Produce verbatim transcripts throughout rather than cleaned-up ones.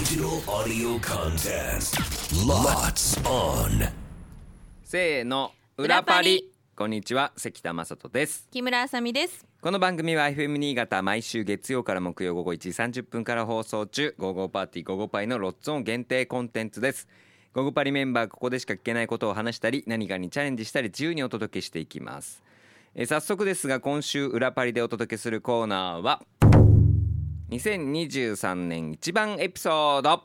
Digital audio contest. Lots on. せーの、裏パリ。こんにちは、関田正人です。 木村あさみです。 この番組は エフエム 新潟毎週月曜から木曜午後いちじさんじゅっぷんから放送中、ゴーゴーパーティーゴーゴーパイのロッツオン限定コンテンツです。ゴーゴーパリメンバーここでしか聞けないことを話したり、何かにチャレンジしたり自由にお届けしていきます。えー、早速ですが、今週裏パリでお届けするコーナーはにせんにじゅうさんねん一番エピソード。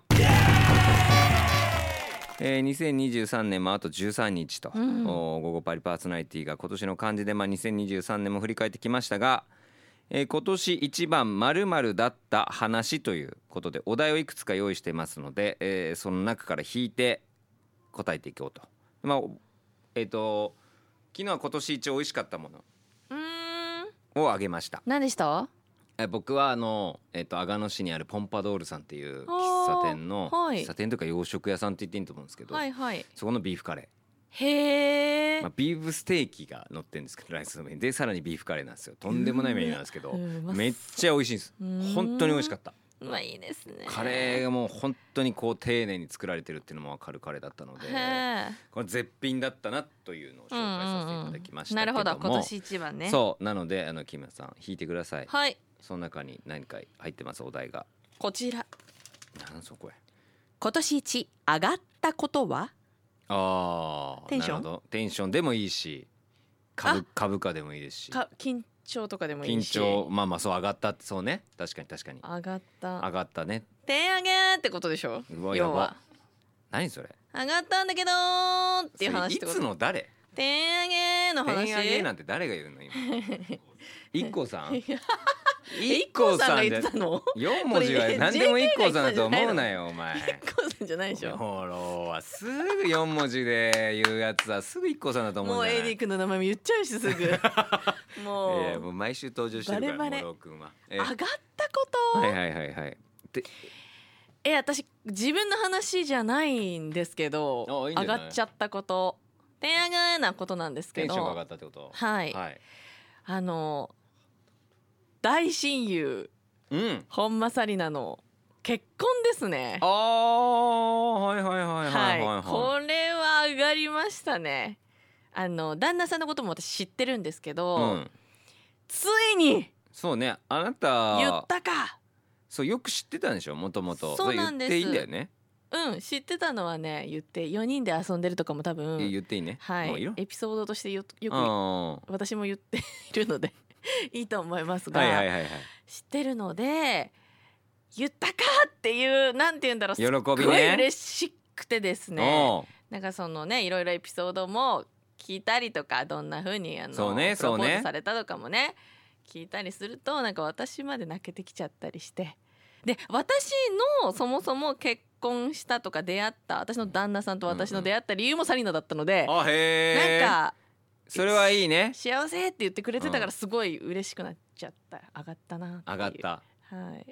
えー、にせんにじゅうさんねんもあとじゅうさんにちと、うん、ゴーゴーパリパーソナリティが今年の漢字で、まあ、にせんにじゅうさんねんも振り返ってきましたが、えー、今年一番〇〇だった話ということでお題をいくつか用意していますので、えー、その中から引いて答えていこうと。まあえー、と昨日は今年一番美味しかったものうーんをあげました。 何でした？ 僕はあの、えー、と阿賀野市にあるポンパドールさんっていう喫茶店の、はい、喫茶店というか洋食屋さんって言っていいと思うんですけど、はいはい、そこのビーフカレーへー、 まあ、ビーフステーキが乗ってるんですけど、ライスの上にでさらにビーフカレーなんですよ。とんでもないメニューなんですけど、めっちゃ美味しいんです。本当に美味しかった。 まあいいですね。 カレーがもう本当にこう丁寧に作られてるっていうのも分かるカレーだったので、これ絶品だったなというのを紹介させていただきましたけども、うんうんうん、なるほど、今年一番ね。そうなので、あの木村さん引いてください。はい。その中に何か入ってます。お題がこちら。 なんそこへ。 今年一上がったことは？ ああ、 テンション？ なるほど。テンションでもいいし、株株価でもいいですし、 か緊張とかでもいいし。 緊張、まあまあそう上がったって、そうね、確かに確かに上がった上がったね。 点上げってことでしょ。 うわ、要は何それ。 上がったんだけどーっていう話ってこと。 いつの誰？ 点上げの話。 点上げなんて誰が言うの今。一個さん。 一個さんが言ってたの？ よん文字は何でも一個さんだと思うなよお前。 一個さんじゃないでしょ。 ほらはすぐよん文字で言うやつはすぐ一個さんだと思うんじゃない。 もうエディ君の名前も言っちゃうしすぐ。もう、 いやもう毎週登場してるからバレバレ。 モロ君は、 え上がったこと。 はいはいはいはい。でえ私自分の話じゃないんですけど、いいん上がっちゃったこと、点上げなことなんですけど。 テンションが上がったってこと。 はい、はい、あの大親友、うん、本間紗理奈の結婚ですね。 ああ、はいはいはいはいはい、はい、 これは上がりましたね。あの旦那さんのことも私知ってるんですけど、うん、ついにそうね、あなた言ったか。 そう、よく知ってたんでしょ、もともと。 そうなんです。 言っていいんだよね。 うん、知ってたのはね、言ってよにんで遊んでるとかも多分言っていいね、 はい、 もういいよ。 エピソードとして よ, よく私も言っているのでいいと思いますが、はいはいはいはい、知ってるので言ったかっていう、なんて言うんだろう、 喜びね、 すっごい嬉しくてですね。なんかそのね、いろいろエピソードも聞いたりとか、どんな風にあのそう、ね、プロポーズされたとかもね聞いたりすると、なんか私まで泣けてきちゃったりして、で私のそもそも結婚したとか出会った、私の旦那さんと私の出会った理由も紗理奈だったので、うんうん、あへなんかそれはいいね、 幸せって言ってくれてたからすごい嬉しくなっちゃった。上がったなっていう。 上がった、はい、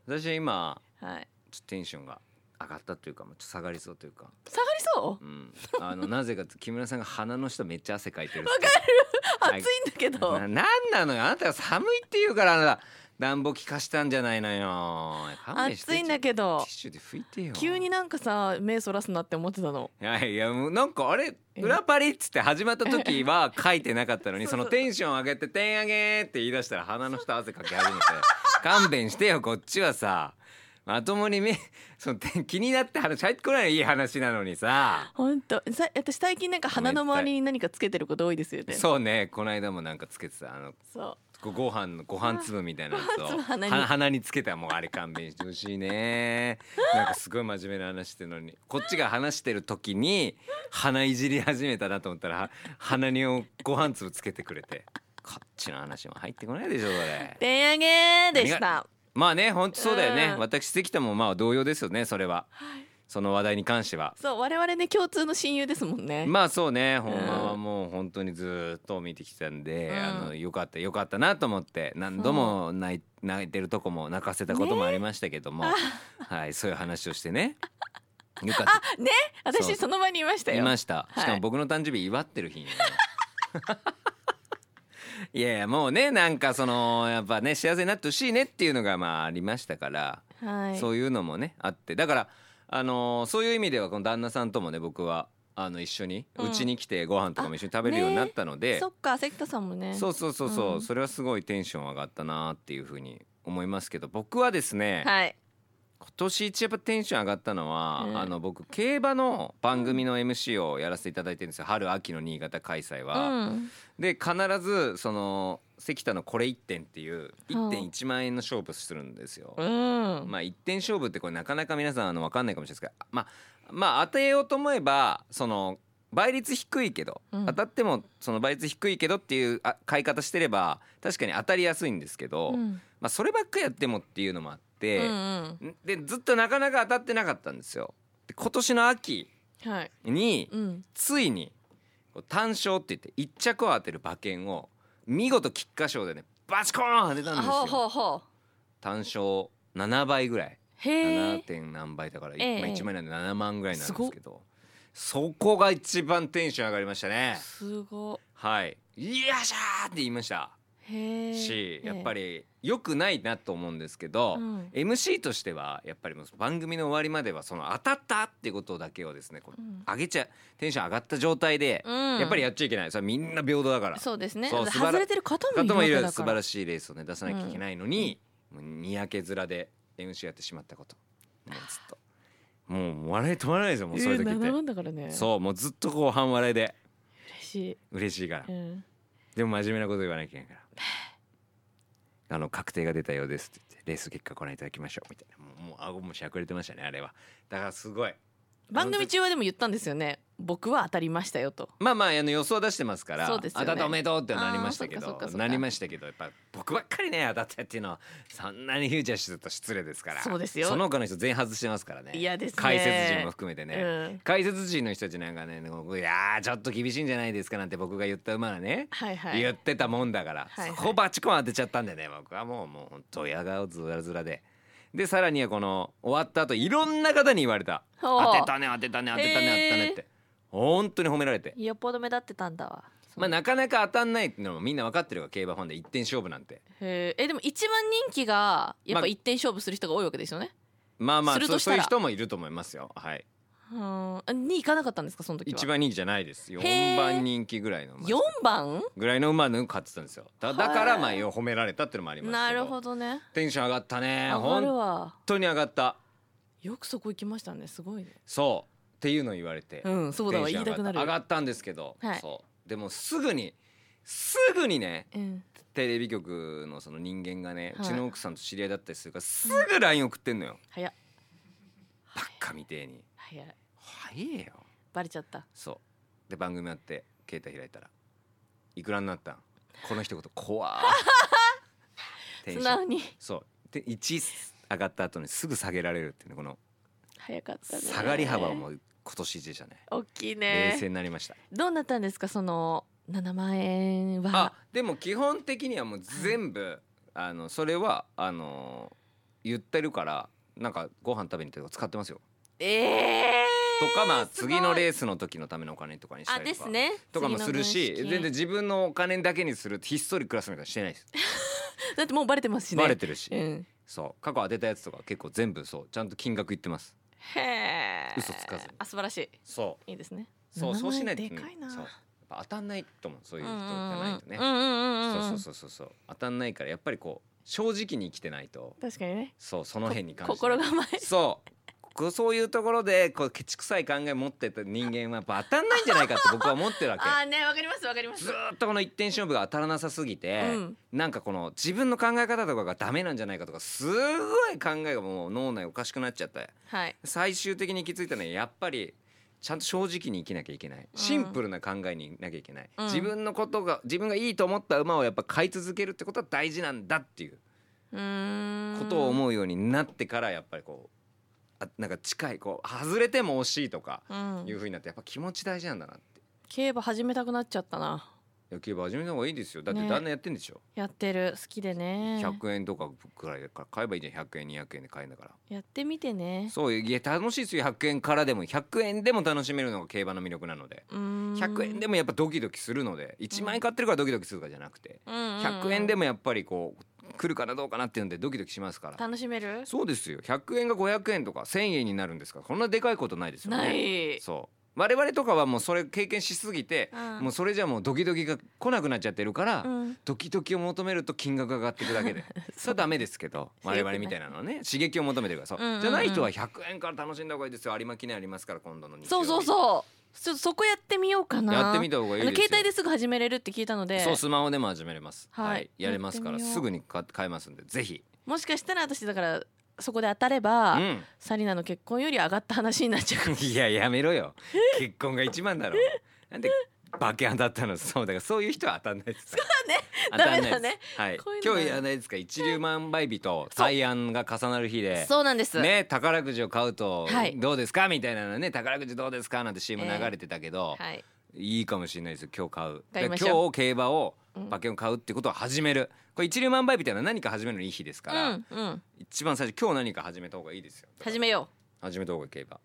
私は今、はい、ちょっとテンションが上がったというか、ちょっと下がりそうというか。 下がりそう、うん、 あのなぜか木村さんが鼻の下めっちゃ汗かいてる。 わかる暑いんだけど。 な, なんなのよ、あなたが寒いって言うからあなた暖房効かしたんじゃないのよ。 暑いんだけどティッシュで拭いてよ。 急になんかさ目そらすなって思ってたの。 いやいや、もうなんかあれ裏パリっつって始まった時は書いてなかったのにそのテンション上げて点上げって言い出したら鼻の下汗かき始めて勘弁してよ、こっちはさまともに目その気になって話入ってこないいい話なのにさ。 本当さ、私最近なんか鼻の周りに何かつけてること多いですよね。 そうね、この間もなんかつけてた、あのそうご飯のご飯粒みたいなやつを鼻に鼻につけたら、もうあれ勘弁してほしいね。なんかすごい真面目な話してるのに、こっちが話してる時に鼻いじり始めたなと思ったら鼻にご飯粒つけてくれて、こっちの話も入ってこないでしょそれ。 点上げでした。 まあね、本当そうだよね、うん、私関田もまあ同様ですよね、それは、はい、その話題に関しては。 そう、我々ね共通の親友ですもんね。 まあそうね、ほんまはもう本当にずっと見てきたんで、うん、あのよかったよかったなと思って何度も泣い、泣いてるとこも泣かせたこともありましたけども、ね、はい、そういう話をしてね、よかった。 あね、私その場にいましたよ。 いました。しかも僕の誕生日祝ってる日にね、はいいやいや、もうね、なんかそのやっぱね幸せになってほしいねっていうのがまあありましたから、はい、そういうのもねあって、だからあのー、そういう意味ではこの旦那さんともね僕はあの一緒にうち、ん、に来てご飯とかも一緒に食べるようになったので、 ね、そっか関田さんもねそうそうそうそう、うん、それはすごいテンション上がったなっていうふうに思いますけど、僕はですね、 はい、 今年一やっぱテンション上がったのは、うん、あの僕競馬の番組の エムシー をやらせていただいてるんですよ、春秋の新潟開催は、うん、で必ずその関田のこれいってんっていう いってんいちまん円の勝負するんですよ、うん、まあいってん勝負ってこれなかなか皆さんあの分かんないかもしれないですけど、まあまあ当てようと思えばその倍率低いけど、うん、当たってもその倍率低いけどっていう買い方してれば確かに当たりやすいんですけど、うん、まあそればっかりやってもっていうのもあって、うんうん、でずっとなかなか当たってなかったんですよ。で今年の秋に、はいうん、ついに単勝って言っていっ着を当てる馬券を見事菊花賞でねバチコーン当てたんですよ。ほうほうほう、単勝ななばいぐらい、ななてん何倍だから、えーまあ、いちまん円なんでななまんぐらいなんですけど、そこが一番テンション上がりましたね。 すごはい、よっしゃーって言いましたし、やっぱり良くないなと思うんですけど、うん、エムシー としてはやっぱりもう番組の終わりまではその当たったっていうことだけをですねこう、うん、上げちゃテンション上がった状態で、うん、やっぱりやっちゃいけない。それはみんな平等だから。 そうですね。外れてる方もいるわけだから、 素晴らしいレースをね出さなきゃいけないのに、もうにやけ面で エムシー やってしまったこと、もうずっともう笑い止まらないですよ。もうそういう時って、えー、ななまんだからね。そうもうずっとこう半笑いで嬉しい嬉しいから、うん、でも真面目なこと言わなきゃいけないからあの確定が出たようですって言ってレース結果ご覧いただきましょうみたいな、もう、もう顎もしゃくれてましたねあれは。だからすごい番組中はでも言ったんですよね、僕は当たりましたよと。 まあまあ、あの予想出してますから、 そうですよね、 当たったおめでとうってなりましたけど、なりましたけど、やっぱ僕ばっかりね当たったっていうのはそんなにフューチャーすると失礼ですから。 そうですよ、 その他の人全員外してますからね。 嫌ですね、 解説陣も含めてね、うん、解説陣の人たちなんかね、いやーちょっと厳しいんじゃないですかなんて僕が言った馬がね、はいはい、言ってたもんだから、はいはい、そこバチコン当てちゃったんでね、僕はもうもう本当親顔ずらずらで。でさらにはこの終わった後いろんな方に言われた、当てたね当てたね当てたね当てたねって本当に褒められて、 よっぽど目立ってたんだわ。 まあなかなか当たんないっていうのもみんな分かってるから競馬ファンで一点勝負なんて。 へえ、でも一番人気がやっぱ一点勝負する人が多いわけですよね。 まあまあそういう人もいると思いますよ。はい。 うんに行かなかったんですかその時は。 一番人気じゃないです。よんばん人気ぐらいの馬、 よんばんぐらいの馬の勝ってたんですよ。 だ, だからまあ褒められたっていうのもありますけど。 なるほどね。 テンション上がったね。 上がるわ、 本当に上がった。 よくそこ行きましたね、すごいね。 そうっていうのを言われて、 うんそうだわ、言いたくなる。 上がったんですけど、はい、そうでもすぐにすぐにね、うん、テレビ局のその人間がね、はい、うちの奥さんと知り合いだったりするからすぐ ライン 送ってんのよ、うん、早っバッカみてえに。 早い早えよ。 バレちゃった。 そうで番組あって携帯開いたらいくらになったん、この一言怖ー素直に。 そうでいち上がった後にすぐ下げられるっていうね、この早かったね。 下がり幅も今年一でしたね。 大きいね。 冷静になりました。 どうなったんですかそのななまんえんは。 あでも基本的にはもう全部、はい、あのそれはあの言ってるからなんかご飯食べに行って使ってますよ。えー、とかまあ次のレースの時のためのお金とかにしたりとか、あですね、とかもするし、全然自分のお金だけにするひっそり暮らすみたいなしてないですだってもうバレてますしね。 バレてるし、うん、そう過去当てたやつとか結構全部そうちゃんと金額言ってます。 へえ、 嘘つかずに。 あ素晴らしい。 そういいですね。 そうそうしないとでかいな。 そう当たんないと思う、そういう人じゃないとね。そうそうそうそう当たんないからやっぱりこう正直に生きてないと。 確かにね。 そうその辺に関して心構え。 そうそういうところでこうケチくさい考え持ってた人間はやっぱ当たんないんじゃないかって僕は思ってるわけ。 あねわかりますわかります。 ずっとこの一点勝負が当たらなさすぎて、うん、なんかこの自分の考え方とかがダメなんじゃないかとかすごい考えがもう脳内おかしくなっちゃって、はい、最終的に行き着いたのはやっぱりちゃんと正直に生きなきゃいけない、シンプルな考えになきゃいけない、うん、自分のことが自分がいいと思った馬をやっぱ飼い続けるってことは大事なんだっていうことを思うようになってからやっぱりこうあなんか近いこう外れても惜しいとかいう風になってやっぱ気持ち大事なんだなって。 競馬始めたくなっちゃったな。 いや競馬始めた方がいいですよ。だって旦那やってんでしょ、ね、 やってる好きでね。 ひゃくえんとかくらいだから買えばいいじゃん。ひゃくえんにひゃくえんで買えんだから。 やってみてね。 そういや楽しいですよ。ひゃくえんからでもひゃくえんでも楽しめるのが競馬の魅力なので、ひゃくえんでもやっぱドキドキするので、いちまん円買ってるからドキドキするかじゃなくて、ひゃくえんでもやっぱりこう来るかなどうかなっていうんでドキドキしますから。 楽しめる。 そうですよ。ひゃくえんがごひゃくえんとかせんえんになるんですから、こんなでかいことないですよね。 ない。 そう我々とかはもうそれ経験しすぎて、うん、もうそれじゃもうドキドキが来なくなっちゃってるから、うん、ドキドキを求めると金額が上がっていくだけでそれはダメですけど我々みたいなのはね刺激を求めてください、うんうんうん、じゃない人はひゃくえんから楽しんだ方がいいですよ。有馬記念ありますから今度の日曜日。 そうそうそうちょっとそこやってみようかな。 やってみた方がいいですよ。 携帯ですぐ始めれるって聞いたので。 そうスマホでも始めれます、はい、はい、やれますからすぐに買えますんでぜひ。 もしかしたら私だからそこで当たれば、うん、サリナの結婚より上がった話になっちゃう。 いややめろよ結婚が一番だろなんで馬券当たったの。そうだからそういう人は当たんないです。 そうだねダメだね、 はい、今日やらないですか一粒万倍日と大安が重なる日で。 そうなんですね。宝くじを買うとどうですか、はい、みたいなのね。宝くじどうですかなんて シーエム 流れてたけど、えーはい、いいかもしれないですよ今日買う。買いましょう。今日競馬を馬券を買うってことを始める。これ一粒万倍日ってのは何か始めるのいい日ですから、うんうん、一番最初今日何か始めた方がいいですよ。 始めよう。始めた方がいい競馬。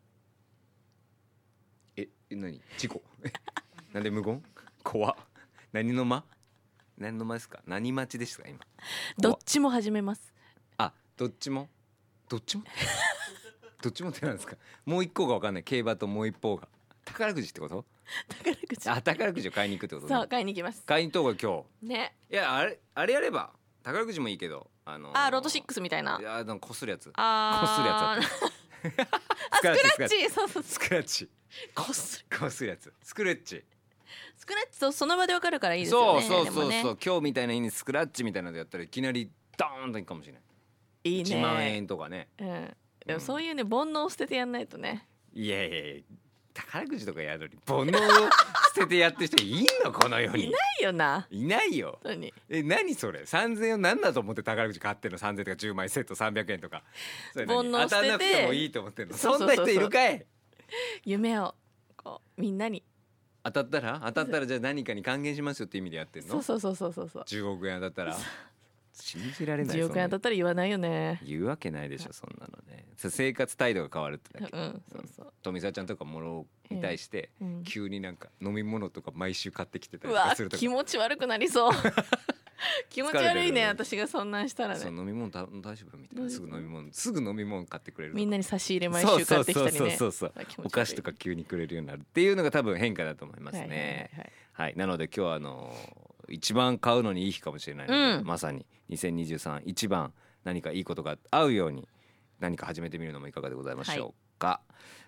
え何事故なんで無言怖っ。何の間何の間ですか。何待ちでしたか今。 どっちも始めます。 あどっちもどっちもどっちもってなんですか。もう一個が分かんない。競馬ともう一方が宝くじってこと。 宝くじ。 あ宝くじを買いに行くってことね。 そう買いに行きます。 買いに行った方が今日ね。 いやあれあれやれば宝くじもいいけどあのー、 あロトシックスみたいな。 いやなんかこするやつ。 あこするやつあスクラッチ。そうそうスクラッチこするこするやつスクラッチスクラッチとその場でわかるからいいですよね。 そうそうそうそう、ね、今日みたいな日にスクラッチみたいなのでやったらいきなりドーンといくかもしれない。 いいね。 いちまんえんとかね、 うん、でもそういうね煩悩を捨ててやんないとね。 いやいやいや宝くじとかやるのに煩悩を捨ててやってる人いいのこの世に。 いないよな。 いないよ。 何え何それさんぜんえんを何だと思って宝くじ買ってんの。さんぜんえんとかじゅうまいセットさんびゃくえんとかそれ何当たんなくてもいいと思ってんの。そんな人いるかい。 夢をこうみんなに当たったら当たったらじゃあ何かに還元しますよって意味でやってんの。 そうそうそうそうそうじゅうおくえん当たったら信じられない。 じゅうおくえん当たったら言わないよね。 言うわけないでしょそんなのね。生活態度が変わるってだけ、 うんそうそう、 富澤ちゃんとかものに対して、うん、急になんか飲み物とか毎週買ってきてたりとかするとか。 うわ気持ち悪くなりそう気持ち悪いね私がそんなんしたらね。 そう飲み物大丈夫みたいな。すぐ飲み物すぐ飲み物買ってくれる。 みんなに差し入れ毎週買ってきたりね。 そうそうそうそうお菓子とか急にくれるようになるっていうのが多分変化だと思いますね。はい、はいはいはい、なので今日はあのー、一番買うのにいい日かもしれないので、うん、まさににせんにじゅうさん一番何かいいことが合うように何か始めてみるのもいかがでございましょうか。はい、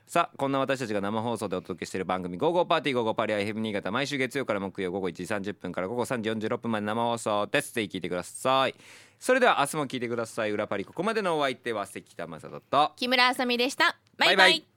さあこんな私たちが生放送でお届けしている番組「ゴーゴーパーティーゴーゴーパリアイヘブ新潟」毎週月曜から木曜午後いちじさんじゅっぷんから午後さんじよんじゅうろっぷんまで生放送です。ぜひ聞いてください。それでは明日も聞いてください。裏パリここまでのお相手は関田正人と木村あさみでした。バイバイ。バイバイ。